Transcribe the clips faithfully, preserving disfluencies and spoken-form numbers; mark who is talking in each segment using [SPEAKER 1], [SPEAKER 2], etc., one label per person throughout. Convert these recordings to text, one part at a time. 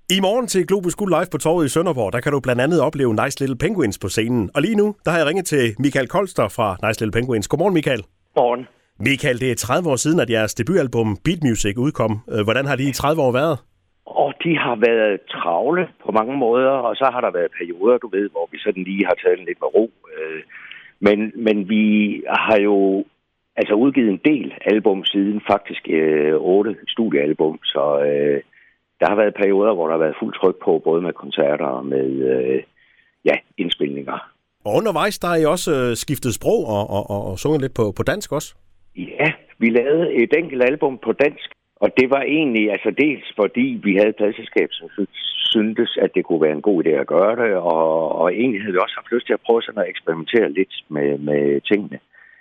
[SPEAKER 1] I morgen til Globus Guld Live på Torvet i Sønderborg, der kan du blandt andet opleve Nice Little Penguins på scenen. Og lige nu, der har jeg ringet til Michael Kolster fra Nice Little Penguins. Godmorgen, Michael.
[SPEAKER 2] Morgen.
[SPEAKER 1] Michael, det er tredive år siden, at jeres debutalbum Beat Music udkom. Hvordan har de tredive år været?
[SPEAKER 2] Og de har været travle på mange måder, og så har der været perioder, du ved, hvor vi sådan lige har taget lidt med ro. Men, men vi har jo altså udgivet en del album siden, faktisk øh, otte studiealbum, så øh, der har været perioder, hvor der har været fuld tryk på, både med koncerter og med øh, ja, indspilninger.
[SPEAKER 1] Og undervejs, der har I også øh, skiftet sprog og, og, og, og sunget lidt på, på dansk også?
[SPEAKER 2] Ja, vi lavede et enkelt album på dansk, og det var egentlig altså dels fordi vi havde et pladselskab, som syntes, at det kunne være en god idé at gøre det, og, og egentlig havde vi også haft lyst til at prøve sådan at eksperimentere lidt med, med tingene.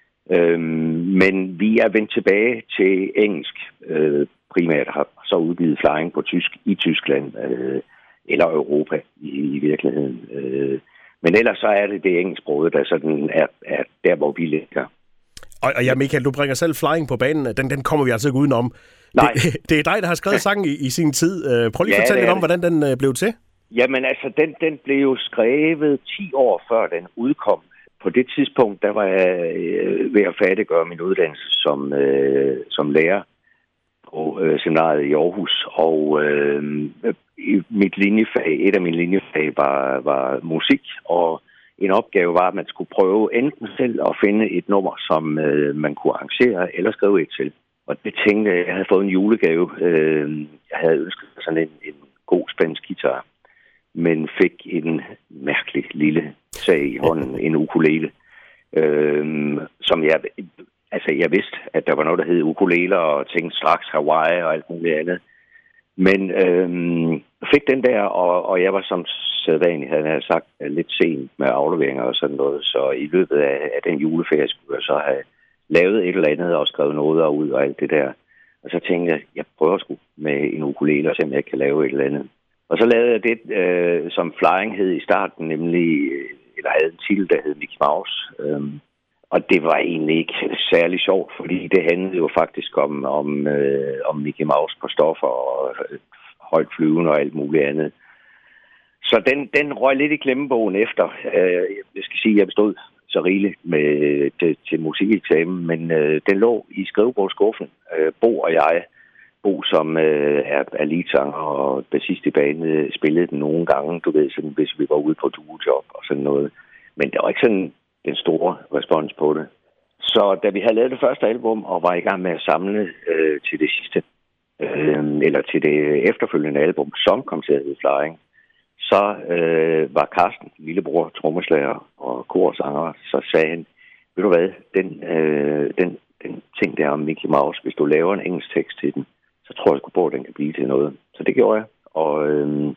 [SPEAKER 2] Øhm, men vi er vendt tilbage til engelsk, øh, primært har så udgivet Flying på tysk i Tyskland, øh, eller Europa i, i virkeligheden. Øh, men ellers så er det det engelsksproget, der sådan er, er der, hvor vi ligger.
[SPEAKER 1] Og, og ja, Michael, du bringer selv Flying på banen. Den, den kommer vi altså ikke udenom.
[SPEAKER 2] Nej.
[SPEAKER 1] Det, det er dig, der har skrevet sangen i, i sin tid. Prøv lige at ja, fortælle lidt om, hvordan den øh, blev til.
[SPEAKER 2] Jamen altså, den, den blev jo skrevet ti år før den udkom. På det tidspunkt, der var jeg øh, ved at færdiggøre min uddannelse som, øh, som lærer på øh, seminariet i Aarhus. Og øh, mit linjefag, et af mine linjefag var, var musik, og en opgave var, at man skulle prøve enten selv at finde et nummer, som øh, man kunne arrangere, eller skrive et til. Og det tænkte jeg, jeg havde fået en julegave. Øh, jeg havde ønsket sådan en, en god spansk guitar, men fik en mærkelig lille sag i hånden, en ukulele, øhm, som jeg, altså jeg vidste, at der var noget, der hed ukuleler, og tænkte straks Hawaii og alt muligt andet. Men øhm, fik den der, og, og jeg var som sædvanlig, havde jeg sagt, lidt sent med afleveringer og sådan noget, så i løbet af, af den juleferie skulle jeg så have lavet et eller andet og skrevet noget ud og alt det der. Og så tænkte jeg, jeg prøver sgu med en ukulele, og se om jeg kan lave et eller andet. Og så lavede jeg det, øh, som Flying hed i starten, nemlig, eller havde en titel, der hed Mickey Mouse. Øhm, og det var egentlig ikke særlig sjovt, fordi det handlede jo faktisk om, om, øh, om Mickey Mouse på stoffer og øh, højt flyvende og alt muligt andet. Så den, den røg lidt i klemmebogen efter. Øh, jeg skal sige, at jeg bestod så rigeligt med, til, til musikeksamen, men øh, den lå i skrivebordsskuffen. Øh, Bo og jeg, Bo, som øh, er, er leadsanger og bassist i banen, spillede den nogle gange, du ved, sådan, hvis vi var ude på duojob og sådan noget. Men der var ikke sådan den store respons på det. Så da vi havde lavet det første album og var i gang med at samle øh, til det sidste, øh, eller til det efterfølgende album, som kom til at hedde Flying, så øh, var Carsten, lillebror, trommeslager og korsanger, så sagde han, ved du hvad, den, øh, den, den ting der om Mickey Mouse, hvis du laver en engelsk tekst til den, så tror jeg sgu på, at den kan blive til noget. Så det gjorde jeg, og øh,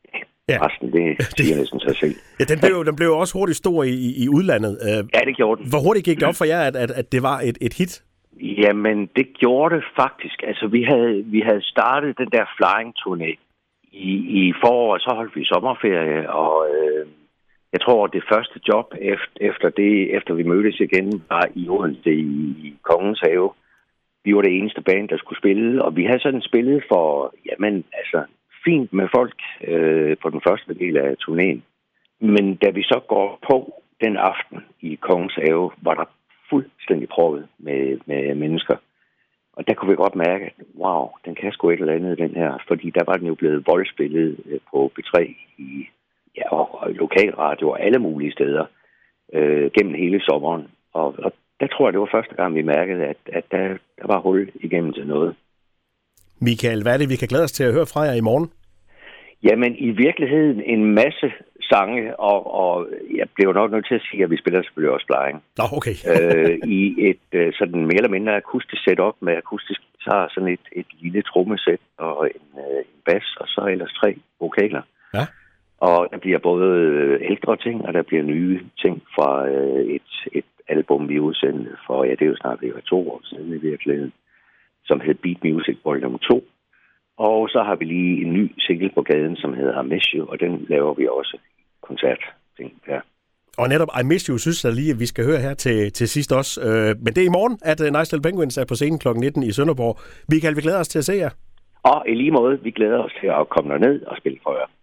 [SPEAKER 2] ja. resten, det siger det, næsten sig selv.
[SPEAKER 1] Ja, den blev, den blev også hurtigt stor i, i udlandet.
[SPEAKER 2] Ja, det gjorde den.
[SPEAKER 1] Hvor hurtigt gik det op for jer, at, at, at det var et, et hit?
[SPEAKER 2] Jamen, det gjorde det faktisk. Altså, vi havde, vi havde startet den der Flying-turné i, i foråret, så holdt vi sommerferie, og øh, jeg tror, det første job efter, efter det, efter vi mødtes igen, var i Odense i, i Kongens Have. Vi var det eneste band, der skulle spille, og vi havde sådan spillet for, jamen, altså, fint med folk øh, på den første del af turnéen. Men da vi så går på den aften i Kongens Have, var der fuldstændig proppet med, med mennesker. Og der kunne vi godt mærke, at wow, den kan sgu et eller andet, den her. Fordi der var den jo blevet voldspillet på B tre i, ja, og, og lokalradio og alle mulige steder øh, gennem hele sommeren. Og, og der tror jeg, det var første gang, vi mærkede, at, at der, der var hul igennem til noget.
[SPEAKER 1] Michael, hvad er det, vi kan glæde os til at høre fra jer i morgen?
[SPEAKER 2] Jamen, i virkeligheden en masse sange, og, og jeg blev nok nødt til at sige, at vi spiller selvfølgelig også Flying.
[SPEAKER 1] Nå, okay.
[SPEAKER 2] øh, I et øh, sådan mere eller mindre akustisk setup med akustisk guitar, sådan et, et lille trommesæt og en, øh, en bas, og så ellers tre vokaler.
[SPEAKER 1] Ja.
[SPEAKER 2] Og der bliver både ældre ting, og der bliver nye ting fra øh, et, et album, vi udsendte for, ja, det er jo snart det var to år siden i virkeligheden, som hed Beat Music Volume to. Og så har vi lige en ny single på gaden, som hedder I Miss You, og den laver vi også koncertting der.
[SPEAKER 1] Og netop I Miss You synes jeg lige, at vi skal høre her til, til sidst også. Øh, men det er i morgen, at Nice Little Penguins er på scenen klokken nitten i Sønderborg. Michael, vi glæder os til at se jer.
[SPEAKER 2] Og i lige måde, vi glæder os til at komme derned og spille for jer.